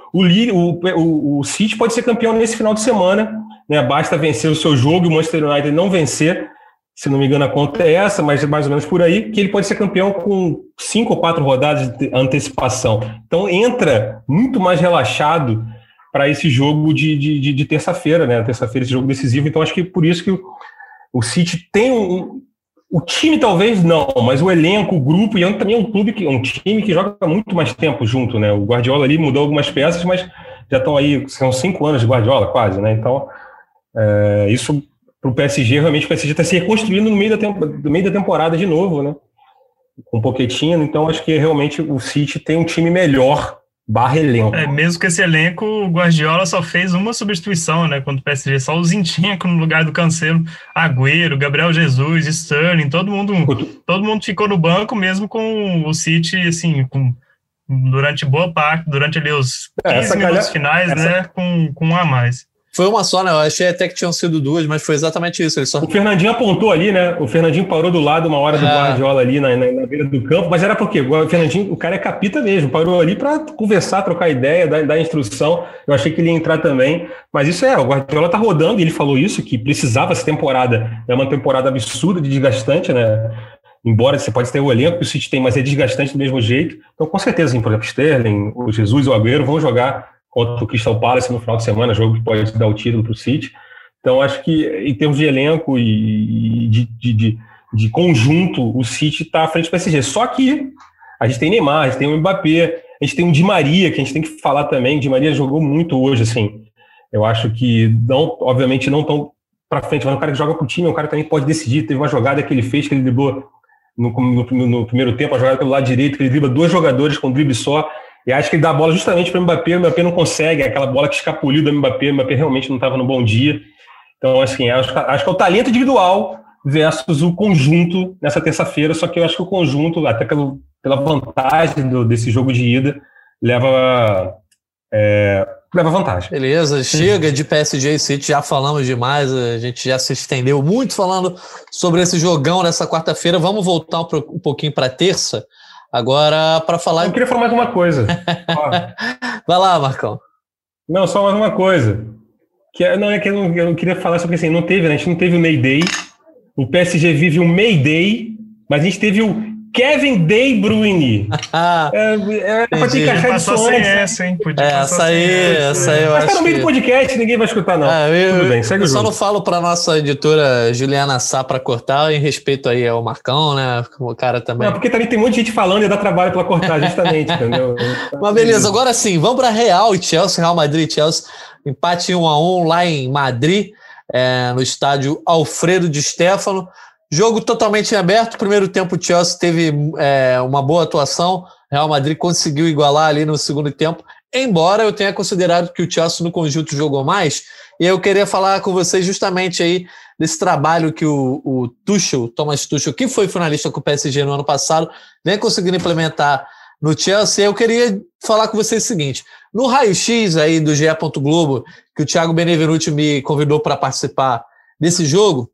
S3: O City pode ser campeão nesse final de semana, né? Basta vencer o seu jogo e o Manchester United não vencer. Se não me engano, a conta é essa, mas mais ou menos por aí, que ele pode ser campeão com 5 ou 4 rodadas de antecipação. Então entra muito mais relaxado para esse jogo de terça-feira, né? Terça-feira, esse jogo decisivo. Então acho que por isso que o City tem o time talvez não, mas o elenco, o grupo, e também é um time que joga muito mais tempo junto, né? O Guardiola ali mudou algumas peças, mas já estão aí, são 5 anos de Guardiola quase, né? Então isso para o PSG, realmente o PSG está se reconstruindo no meio da temporada de novo, né? Com o Pochettino, então acho que realmente o City tem um time melhor /elenco.
S2: Mesmo que esse elenco, o Guardiola só fez uma substituição, né? Contra o PSG, só o Zinchenko no lugar do Cancelo, Agüero, Gabriel Jesus, Sterling, todo mundo ficou no banco, mesmo com o City, assim, durante boa parte, durante ali os 15 minutos finais, né? Com um a mais.
S1: Foi uma só, né? Eu achei até que tinham sido 2, mas foi exatamente isso.
S3: O Fernandinho apontou ali, né? O Fernandinho parou do lado uma hora do Guardiola ali na beira do campo, mas era porque o Fernandinho, o cara é capita mesmo, parou ali para conversar, trocar ideia, dar instrução. Eu achei que ele ia entrar também, mas isso o Guardiola tá rodando, e ele falou isso, que precisava essa temporada. É uma temporada absurda de desgastante, né? Embora você pode ter o elenco que o City tem, mas é desgastante do mesmo jeito. Então, com certeza, por exemplo, Sterling, o Jesus e o Agüero vão jogar contra o Crystal Palace no final de semana, jogo que pode dar o título para o City. Então, acho que em termos de elenco e de conjunto, o City está à frente do PSG. Só que a gente tem Neymar, a gente tem o Mbappé, a gente tem o Di Maria, que a gente tem que falar também. O Di Maria jogou muito hoje, assim. Eu acho que, obviamente, não tão para frente, mas um cara que joga para o time, um cara que também pode decidir. Teve uma jogada que ele fez, que ele driblou no primeiro tempo, a jogada pelo lado direito, que ele dribla 2 jogadores com drible só. E acho que ele dá a bola justamente para o Mbappé não consegue, aquela bola que escapuliu do Mbappé, o Mbappé realmente não estava no bom dia. Então, assim, acho que é o talento individual versus o conjunto nessa terça-feira, só que eu acho que o conjunto, até pela vantagem desse jogo de ida, leva vantagem.
S1: Beleza, chega de PSG e City, já falamos demais, a gente já se estendeu muito falando sobre esse jogão nessa quarta-feira. Vamos voltar um pouquinho para terça. Agora, para falar...
S3: Eu queria falar mais uma coisa.
S1: Vai lá, Marcão.
S3: Não, só mais uma coisa. Eu não queria falar sobre assim, não teve, né? A gente não teve o Mayday. O PSG vive um Mayday, mas a gente teve o Kevin De Bruyne. Pra ter encaixado isso antes.
S2: Essa, hein?
S1: Essa aí eu acho.
S3: Mas tá no meio do podcast, ninguém vai escutar, não. Tudo bem, segue o jogo.
S1: Eu só não falo pra nossa editora Juliana Sá pra cortar, em respeito aí ao Marcão, né? O cara também.
S3: Não, porque também tem muita gente falando e dá trabalho pra cortar, justamente, entendeu?
S1: Mas beleza, agora sim, vamos pra Real Madrid e Chelsea. Empate 1-1 lá em Madrid, no estádio Alfredo Di Stéfano. Jogo totalmente aberto. Primeiro tempo o Chelsea teve uma boa atuação. Real Madrid conseguiu igualar ali no segundo tempo, embora eu tenha considerado que o Chelsea no conjunto jogou mais. E eu queria falar com vocês justamente aí desse trabalho que o Thomas Tuchel, que foi finalista com o PSG no ano passado, vem conseguindo implementar no Chelsea. Eu queria falar com vocês o seguinte: no raio-x aí do GE. Globo, que o Thiago Benevenuti me convidou para participar desse jogo,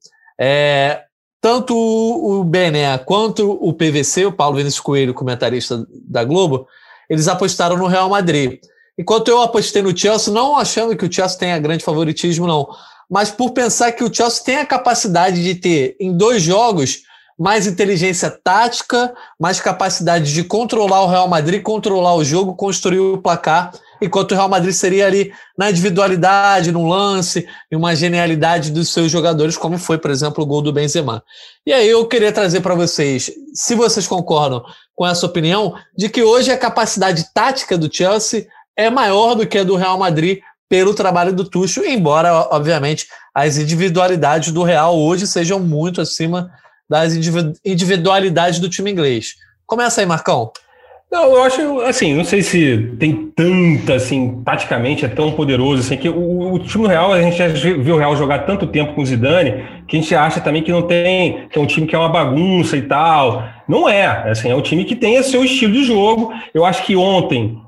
S1: tanto o Bené quanto o PVC, o Paulo Vinícius Coelho, comentarista da Globo, eles apostaram no Real Madrid. Enquanto eu apostei no Chelsea, não achando que o Chelsea tenha grande favoritismo, não, mas por pensar que o Chelsea tem a capacidade de ter, em 2 jogos, mais inteligência tática, mais capacidade de controlar o Real Madrid, controlar o jogo, construir o placar, enquanto o Real Madrid seria ali na individualidade, num lance, e uma genialidade dos seus jogadores, como foi, por exemplo, o gol do Benzema. E aí eu queria trazer para vocês, se vocês concordam com essa opinião, de que hoje a capacidade tática do Chelsea é maior do que a do Real Madrid pelo trabalho do Tuchel, embora, obviamente, as individualidades do Real hoje sejam muito acima das individualidades do time inglês. Começa aí, Marcão.
S3: Não, eu acho, assim, não sei se tem tanta, assim, taticamente é tão poderoso, assim, que o time do Real, a gente já viu o Real jogar tanto tempo com o Zidane, que a gente acha também que não tem, que é um time que é uma bagunça e tal. Não é, assim, é um time que tem o seu estilo de jogo. Eu acho que ontem,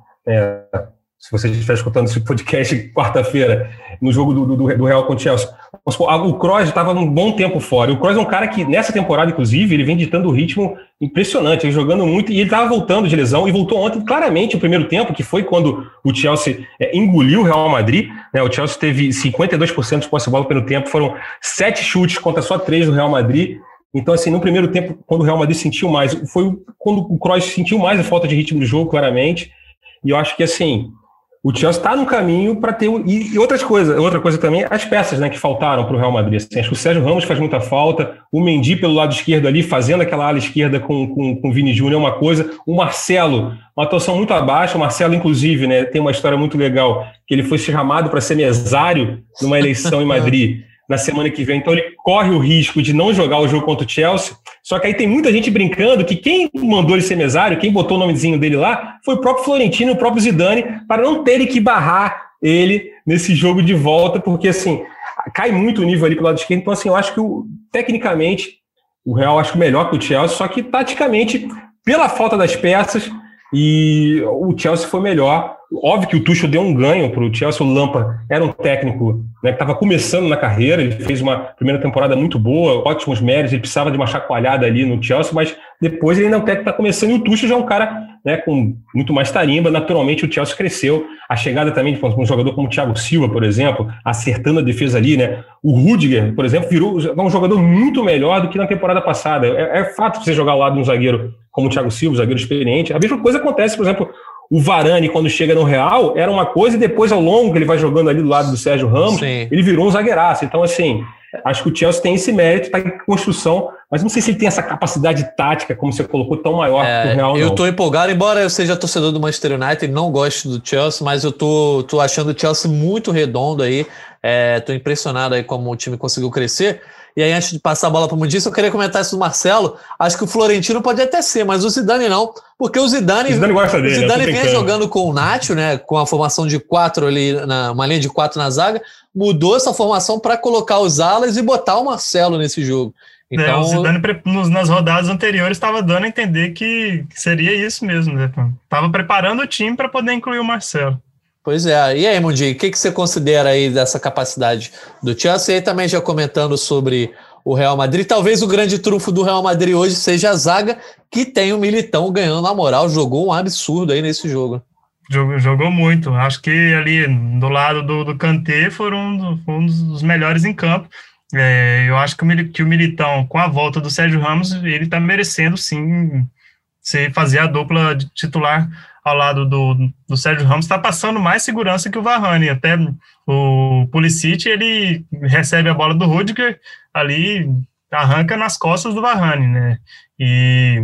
S3: se você estiver escutando esse podcast quarta-feira, no jogo do Real contra o Chelsea, o Kroos estava um bom tempo fora. O Kroos é um cara que, nessa temporada, inclusive, ele vem ditando um ritmo impressionante, ele jogando muito, e ele estava voltando de lesão, e voltou ontem claramente o primeiro tempo, que foi quando o Chelsea engoliu o Real Madrid, né? O Chelsea teve 52% de posse de bola pelo tempo, foram 7 chutes contra só 3 do Real Madrid. Então, assim, no primeiro tempo, quando o Real Madrid sentiu mais, foi quando o Kroos sentiu mais a falta de ritmo de jogo, claramente, e eu acho que, assim, o Chelsea está no caminho para ter... E outra coisa também, as peças, né, que faltaram para o Real Madrid. Assim, acho que o Sérgio Ramos faz muita falta, o Mendy pelo lado esquerdo ali, fazendo aquela ala esquerda com o Vini Júnior é uma coisa. O Marcelo, uma atuação muito abaixo. O Marcelo, inclusive, né, tem uma história muito legal, que ele foi chamado para ser mesário numa eleição em Madrid na semana que vem. Então ele corre o risco de não jogar o jogo contra o Chelsea. Só que aí tem muita gente brincando que quem mandou ele ser mesário, quem botou o nomezinho dele lá, foi o próprio Florentino, o próprio Zidane, para não terem que barrar ele nesse jogo de volta, porque assim, cai muito o nível ali pelo lado esquerdo. Então assim, eu acho que tecnicamente o Real acho melhor que o Chelsea, só que taticamente, pela falta das peças, e o Chelsea foi melhor. Óbvio que o Tuchel deu um ganho para o Chelsea. O Lampard era um técnico, né, que estava começando na carreira, ele fez uma primeira temporada muito boa, ótimos méritos, ele precisava de uma chacoalhada ali no Chelsea, mas depois ele ainda é um técnico que está começando, e o Tuchel já é um cara, né, com muito mais tarimba. Naturalmente o Chelsea cresceu, a chegada também de um jogador como o Thiago Silva, por exemplo, acertando a defesa ali, né? O Rudiger, por exemplo, virou um jogador muito melhor do que na temporada passada. É fato você jogar ao lado de um zagueiro como o Thiago Silva, zagueiro experiente. A mesma coisa acontece, por exemplo, o Varane, quando chega no Real, era uma coisa, e depois, ao longo que ele vai jogando ali do lado do Sérgio Ramos, sim, ele virou um zagueiraço. Então, assim, acho que o Chelsea tem esse mérito, está em construção, mas não sei se ele tem essa capacidade tática, como você colocou, tão maior que o Real.
S1: Eu estou empolgado, embora eu seja torcedor do Manchester United, não gosto do Chelsea, mas eu tô achando o Chelsea muito redondo aí. Estou impressionado aí como o time conseguiu crescer. E aí, antes de passar a bola para o Mundice, eu queria comentar isso do Marcelo. Acho que o Florentino pode até ser, mas o Zidane não, porque o Zidane
S3: gosta dele,
S1: o Zidane vinha jogando com o Nacho, né, com a formação de 4 ali, uma linha de 4 na zaga, mudou essa formação para colocar os alas e botar o Marcelo nesse jogo. Então,
S2: o Zidane, nas rodadas anteriores, estava dando a entender que seria isso mesmo, né? Estava preparando o time para poder incluir o Marcelo.
S1: Pois é. E aí, Mundi, o que você considera aí dessa capacidade do Chelsea? E aí também já comentando sobre o Real Madrid. Talvez o grande trunfo do Real Madrid hoje seja a zaga, que tem o Militão ganhando na moral. Jogou um absurdo aí nesse jogo.
S2: Jogou muito. Acho que ali do lado do Kanté foi um dos melhores em campo. Eu acho que o Militão, com a volta do Sérgio Ramos, ele está merecendo sim fazer a dupla de titular ao lado do Sérgio Ramos. Está passando mais segurança que o Varane. Até o Pulisic, ele recebe a bola do Rudiger, ali arranca nas costas do Varane, né? E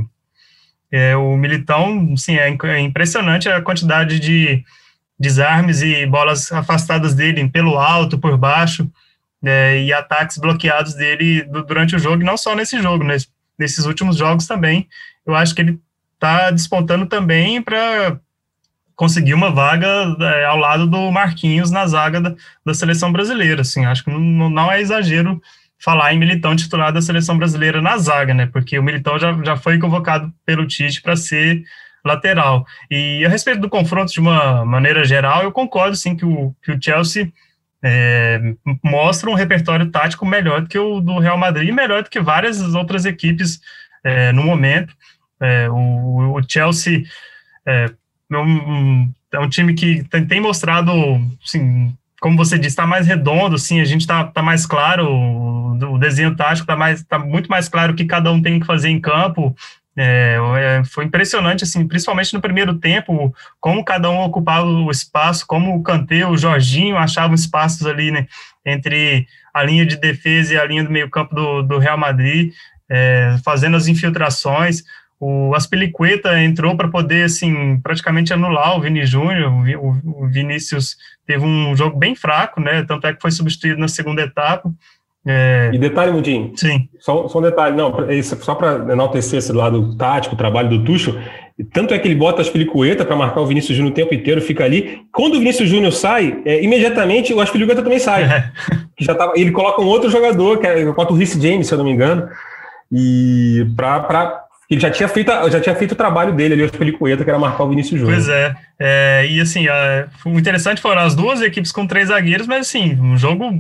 S2: o Militão, sim, é impressionante a quantidade de desarmes e bolas afastadas dele pelo alto, por baixo, e ataques bloqueados dele durante o jogo, e não só nesse jogo, nesses últimos jogos também. Eu acho que ele está despontando também para conseguir uma vaga ao lado do Marquinhos na zaga da seleção brasileira. Assim, acho que não é exagero falar em Militão titular da seleção brasileira na zaga, né? Porque o Militão já foi convocado pelo Tite para ser lateral. E a respeito do confronto de uma maneira geral, eu concordo sim que o Chelsea mostra um repertório tático melhor do que o do Real Madrid, melhor do que várias outras equipes no momento. O Chelsea é um time que tem mostrado, assim, como você disse, está mais redondo, assim, a gente está mais claro, o desenho tático está muito mais claro o que cada um tem que fazer em campo. Foi impressionante, assim, principalmente no primeiro tempo, como cada um ocupava o espaço, como o Kanté, o Jorginho achavam espaços ali, né, entre a linha de defesa e a linha do meio campo do Real Madrid, fazendo as infiltrações. O Azpilicueta entrou para poder, assim, praticamente anular o Vini Júnior. O Vinícius teve um jogo bem fraco, né, tanto é que foi substituído na segunda etapa.
S3: E detalhe, Mundinho,
S2: sim.
S3: Só um detalhe, só para enaltecer esse lado tático, o trabalho do Tuchel, tanto é que ele bota as Azpilicueta para marcar o Vinícius Júnior o tempo inteiro, fica ali. Quando o Vinícius Júnior sai, imediatamente o Azpilicueta também sai. Ele coloca um outro jogador, que bota o Reece James, se eu não me engano, e ele já tinha feito o trabalho dele ali, o Azpilicueta, que era marcar o Vinícius Júnior.
S2: Pois e assim, o interessante foram as duas equipes com 3 zagueiros, mas assim, um jogo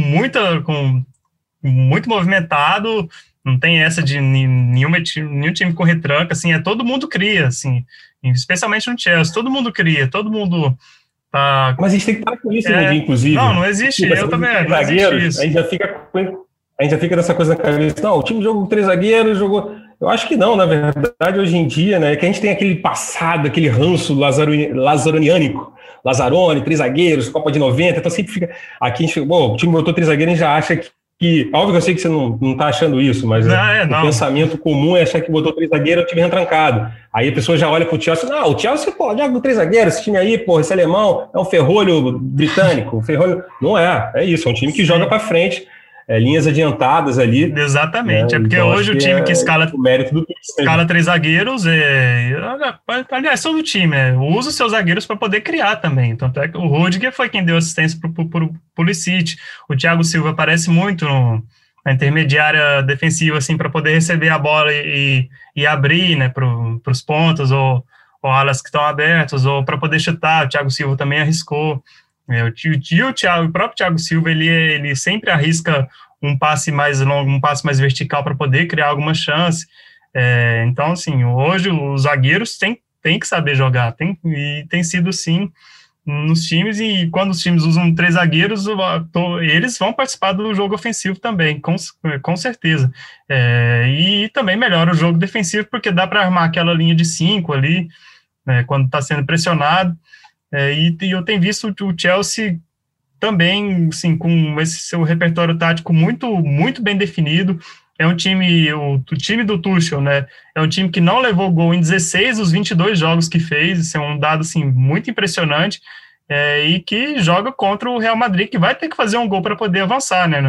S2: muito movimentado, não tem essa de nenhum time com retranca, assim, todo mundo cria, assim, especialmente no Chelsea, todo mundo cria, todo mundo tá...
S3: Mas a gente tem que parar com isso, inclusive.
S2: Não existe, eu também, não existe isso.
S3: A gente já fica nessa coisa na cabeça, não, o time jogou com 3 zagueiros, eu acho que não, na verdade, hoje em dia, né, que a gente tem aquele passado, aquele ranço lazaroniânico, Lazzaroni, 3 zagueiros, Copa de 90, então sempre fica... Aqui a gente fica, o time botou 3 zagueiros e a gente já acha que... Óbvio que eu sei que você não está achando isso, mas o pensamento comum é achar que botou 3 zagueiros e o time retrancado. Aí a pessoa já olha pro Chelsea, não, o Chelsea, joga com 3 zagueiros, esse time aí, esse alemão é um ferrolho britânico, não é isso, é um time que joga para frente, linhas adiantadas ali.
S2: Exatamente, porque então, hoje o time que escala,
S3: o mérito do
S2: escala 3 zagueiros, aliás, todo o time, usa os seus zagueiros para poder criar também. Então, o Rudiger foi quem deu assistência para o Pulisic, o Thiago Silva aparece muito na intermediária defensiva, assim, para poder receber a bola e abrir, né, para os pontos, ou alas que estão abertas, ou para poder chutar. O Thiago Silva também arriscou. O próprio Thiago Silva, ele sempre arrisca um passe mais longo, um passe mais vertical para poder criar alguma chance. Então, assim, hoje os zagueiros têm que saber jogar, e tem sido assim nos times, e quando os times usam 3 zagueiros, eles vão participar do jogo ofensivo também, com certeza. E também melhora o jogo defensivo, porque dá para armar aquela linha de 5 ali, né, quando está sendo pressionado. E eu tenho visto o Chelsea também, assim, com esse seu repertório tático muito, muito bem definido. É um time, o time do Tuchel, né, é um time que não levou gol em 16 dos 22 jogos que fez. Isso é um dado, assim, muito impressionante, e que joga contra o Real Madrid, que vai ter que fazer um gol para poder avançar, né,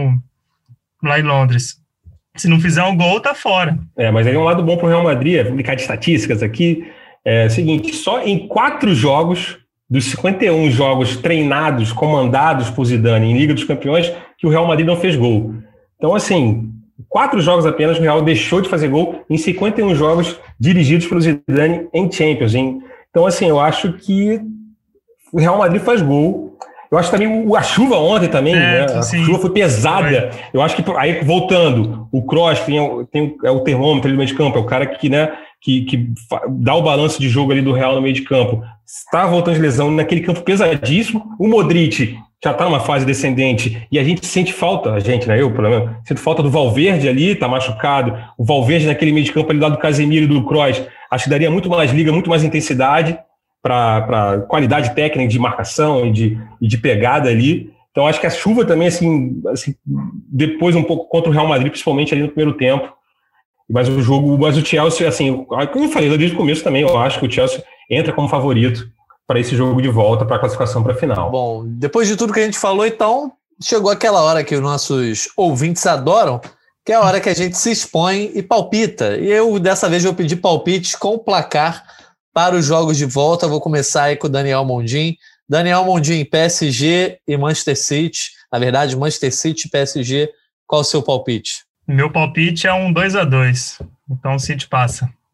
S2: lá em Londres. Se não fizer um gol, tá fora.
S3: Mas aí um lado bom para o Real Madrid, vou brincar de estatísticas aqui, é o seguinte, só em 4 jogos, dos 51 jogos treinados, comandados por Zidane em Liga dos Campeões, que o Real Madrid não fez gol. Então, assim, 4 jogos apenas o Real deixou de fazer gol em 51 jogos dirigidos pelo Zidane em Champions. Então, assim, eu acho que o Real Madrid faz gol. Eu acho também a chuva ontem também, né? A chuva foi pesada. Eu acho que, aí voltando, o Kroos é o termômetro ali no meio de campo, é o cara que, né, que dá o balanço de jogo ali do Real no meio de campo. Está voltando de lesão naquele campo pesadíssimo. O Modric já está numa fase descendente e a gente sente falta, eu pelo menos, sinto falta do Valverde ali, está machucado. O Valverde naquele meio de campo ali do Casemiro e do Kroos, acho que daria muito mais liga, muito mais intensidade para qualidade técnica de marcação e de pegada ali. Então acho que a chuva também, assim, depois um pouco contra o Real Madrid, principalmente ali no primeiro tempo. Mas o Chelsea, assim, como eu falei desde o começo também, eu acho que o Chelsea entra como favorito para esse jogo de volta, para a classificação para a final.
S1: Bom, depois de tudo que a gente falou, então, chegou aquela hora que os nossos ouvintes adoram, que é a hora que a gente se expõe e palpita. E dessa vez, eu pedi palpites com o placar para os jogos de volta. Vou começar aí com o Daniel Mondim. Daniel Mondim, PSG e Manchester City. Na verdade, Manchester City e PSG. Qual o seu palpite?
S2: Meu palpite é um 2-2. Então o City passa.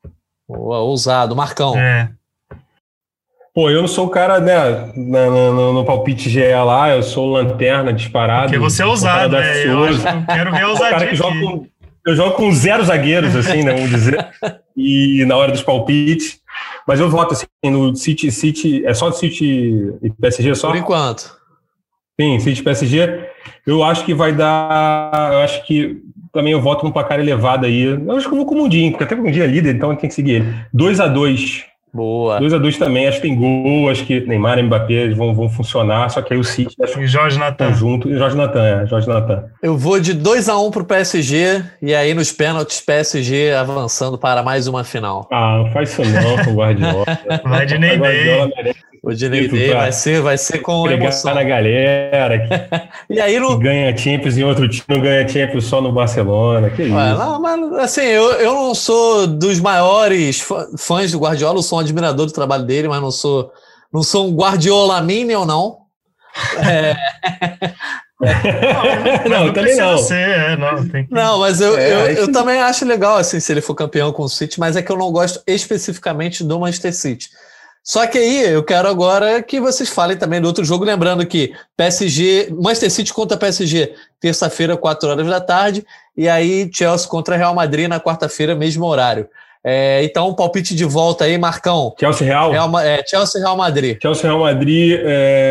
S1: Boa, ousado. Marcão.
S3: Pô, eu não sou o cara, né, no palpite GE lá, eu sou lanterna disparado.
S2: Porque você é ousado, né? Eu quero ver a ousadia.
S3: Cara que eu jogo com 0 zagueiros, assim, né, vamos dizer, e na hora dos palpites. Mas eu voto, assim, no City, é só City e PSG só?
S1: Por enquanto.
S3: Sim, City e PSG. Eu acho que vai dar, eu acho que também eu voto num placar elevado aí. Eu acho que eu vou com o Mundinho, porque até o Mundinho é líder, então tem que seguir ele. 2-2.
S1: Boa.
S3: 2-2 também, acho que tem gol, acho que Neymar e Mbappé vão funcionar, só que aí o City acho
S2: e Jorge Natan
S3: junto, e Jorge Natan.
S1: Eu vou de 2-1 pro PSG, e aí nos pênaltis PSG avançando para mais uma final.
S3: Ah, não faz isso não com o Guardiola.
S2: Vai de Neymar.
S1: O Dinei vai ser com emoção.
S3: Na galera
S1: e aí
S3: que ganha Champions em outro time, não ganha Champions só no Barcelona. Que isso?
S1: Não, mas assim, eu não sou dos maiores fãs do Guardiola, eu sou um admirador do trabalho dele, mas não sou um Guardiola Minion, não.
S3: Não, também não.
S1: Não, mas eu também acho legal assim, se ele for campeão com o City, mas é que eu não gosto especificamente do Manchester City. Só que aí eu quero agora que vocês falem também do outro jogo, lembrando que Manchester City contra PSG, terça-feira, 4 horas da tarde, e aí Chelsea contra Real Madrid na quarta-feira, mesmo horário. Então, um palpite de volta aí, Marcão.
S3: Chelsea Real?
S1: Chelsea Real Madrid.
S3: Chelsea Real Madrid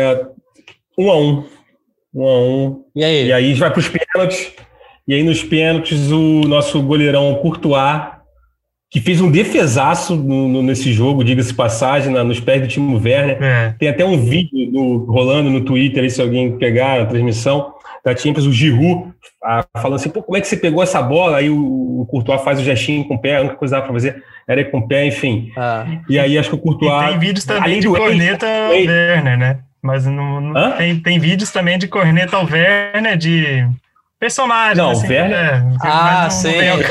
S3: 1-1. 1-1.
S1: E aí?
S3: E aí vai para os pênaltis. E aí nos pênaltis o nosso goleirão Courtois, que fez um defesaço nesse jogo, diga-se passagem, nos pés do Timo Werner. Tem até um vídeo rolando no Twitter, aí, se alguém pegar a transmissão da Champions, o Giroud falando assim, pô, como é que você pegou essa bola? Aí o Courtois faz o gestinho com o pé, a única coisa que dava pra fazer era ir com o pé, enfim. E aí acho que o Courtois...
S2: E tem vídeos também de corneta ao Werner, né? Mas não tem vídeos também de corneta ao Werner, de... personagem.
S3: Não,
S2: assim,
S3: o Werner...
S1: sim.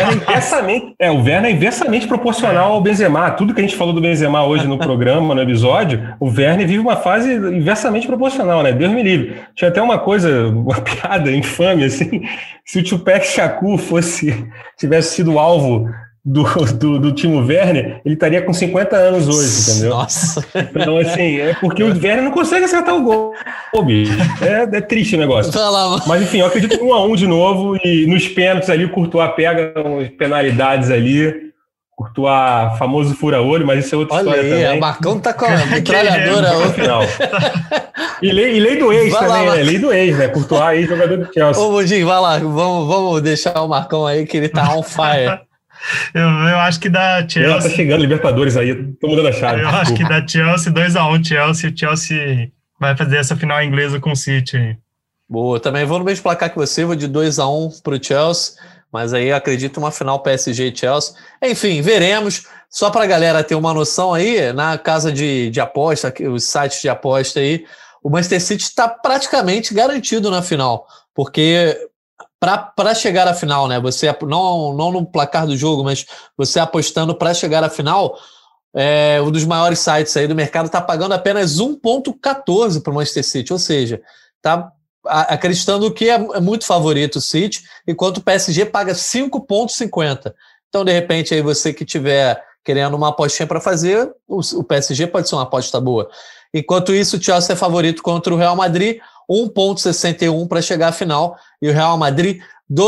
S3: O Werner é inversamente proporcional ao Benzema. Tudo que a gente falou do Benzema hoje no programa, no episódio, o Werner vive uma fase inversamente proporcional, né? Deus me livre. Tinha até uma piada infame, assim, se o Tupac Shakur tivesse sido alvo do Timo Werner, ele estaria com 50 anos hoje, entendeu?
S1: Nossa!
S3: Então, assim, é porque o Werner não consegue acertar o gol, bicho. É triste o negócio. Mas, enfim, eu acredito em 1-1 de novo, e nos pênaltis ali, o Courtois pega umas penalidades ali, Courtois famoso fura-olho, mas isso é outra história também.
S1: Olha aí, o Marcão tá com a metralhadora.
S3: E lei do ex também, né? Lei do ex, né? Courtois, ex-jogador do Chelsea.
S1: Ô, Mundinho, vai lá, vamos deixar o Marcão aí, que ele tá on fire.
S2: Eu acho que dá Chelsea.
S3: Ela tá chegando, Libertadores aí, tô mudando a chave.
S2: Eu acho que dá Chelsea 2-1 Chelsea. O Chelsea vai fazer essa final inglesa com o City aí.
S1: Boa, também vou no mesmo placar que você, vou de 2-1 pro Chelsea, mas aí eu acredito uma final PSG e Chelsea. Enfim, veremos. Só pra galera ter uma noção aí, na casa de aposta, os sites de aposta aí, o Manchester City está praticamente garantido na final, porque para chegar à final, né? Você não no placar do jogo, mas você apostando para chegar à final, um dos maiores sites aí do mercado está pagando apenas 1,14 para o Manchester City, ou seja, está acreditando que é muito favorito o City, enquanto o PSG paga 5,50. Então, de repente, aí você que tiver querendo uma apostinha para fazer, o PSG pode ser uma aposta boa. Enquanto isso, o Chelsea é favorito contra o Real Madrid, 1,61 para chegar à final, e o Real Madrid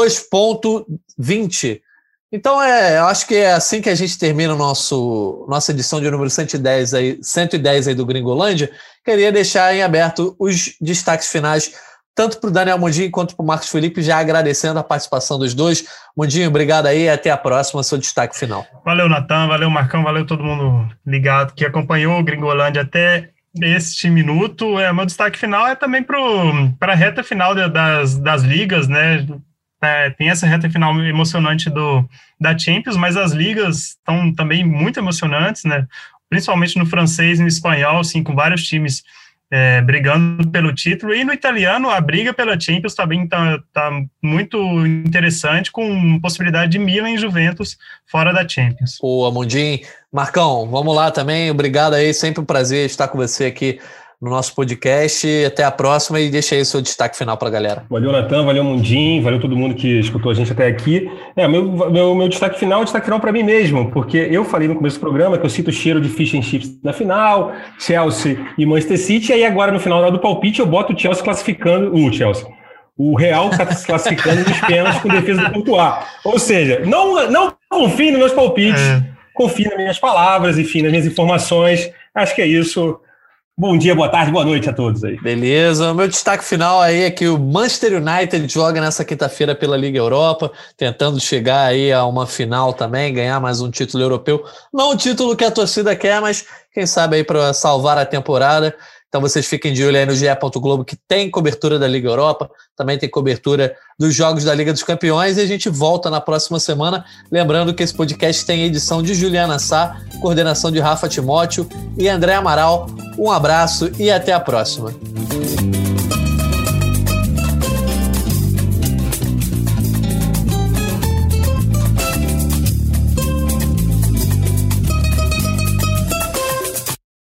S1: 2,20. Então, eu acho que é assim que a gente termina nossa edição de número 110 aí do Gringolândia. Queria deixar em aberto os destaques finais, tanto para o Daniel Mundinho quanto para o Marcos Felipe, já agradecendo a participação dos dois. Mundinho, obrigado aí e até a próxima, seu destaque final.
S2: Valeu, Natan, valeu, Marcão, valeu todo mundo ligado que acompanhou o Gringolândia até este minuto. Meu destaque final é também para a reta final das ligas, né? Tem essa reta final emocionante da Champions, mas as ligas estão também muito emocionantes, né? Principalmente no francês e no espanhol, assim, com vários times brigando pelo título, e no italiano a briga pela Champions também tá muito interessante, com possibilidade de Milan e Juventus fora da Champions.
S1: Boa, Mundinho. Marcão, vamos lá também, obrigado aí, sempre um prazer estar com você aqui no nosso podcast. Até a próxima e deixa aí o seu destaque final para a galera.
S3: Valeu, Natan, valeu, Mundinho, valeu todo mundo que escutou a gente até aqui. Meu destaque final é um destaque final para mim mesmo, porque eu falei no começo do programa que eu sinto o cheiro de fish and chips na final, Chelsea e Manchester City, e aí agora no final do palpite eu boto o Chelsea classificando, o Real está se classificando nos pênaltis com defesa do Courtois. Ou seja, não confie nos meus palpites, confie nas minhas palavras, enfim, nas minhas informações. Acho que é isso. Bom dia, boa tarde, boa noite a todos aí.
S1: Beleza. O meu destaque final aí é que o Manchester United joga nessa quinta-feira pela Liga Europa, tentando chegar aí a uma final também, ganhar mais um título europeu. Não o título que a torcida quer, mas quem sabe aí para salvar a temporada. Então vocês fiquem de olho aí no GE. Globo, que tem cobertura da Liga Europa, também tem cobertura dos jogos da Liga dos Campeões, e a gente volta na próxima semana. Lembrando que esse podcast tem edição de Juliana Sá, coordenação de Rafa Timóteo e André Amaral. Um abraço e até a próxima.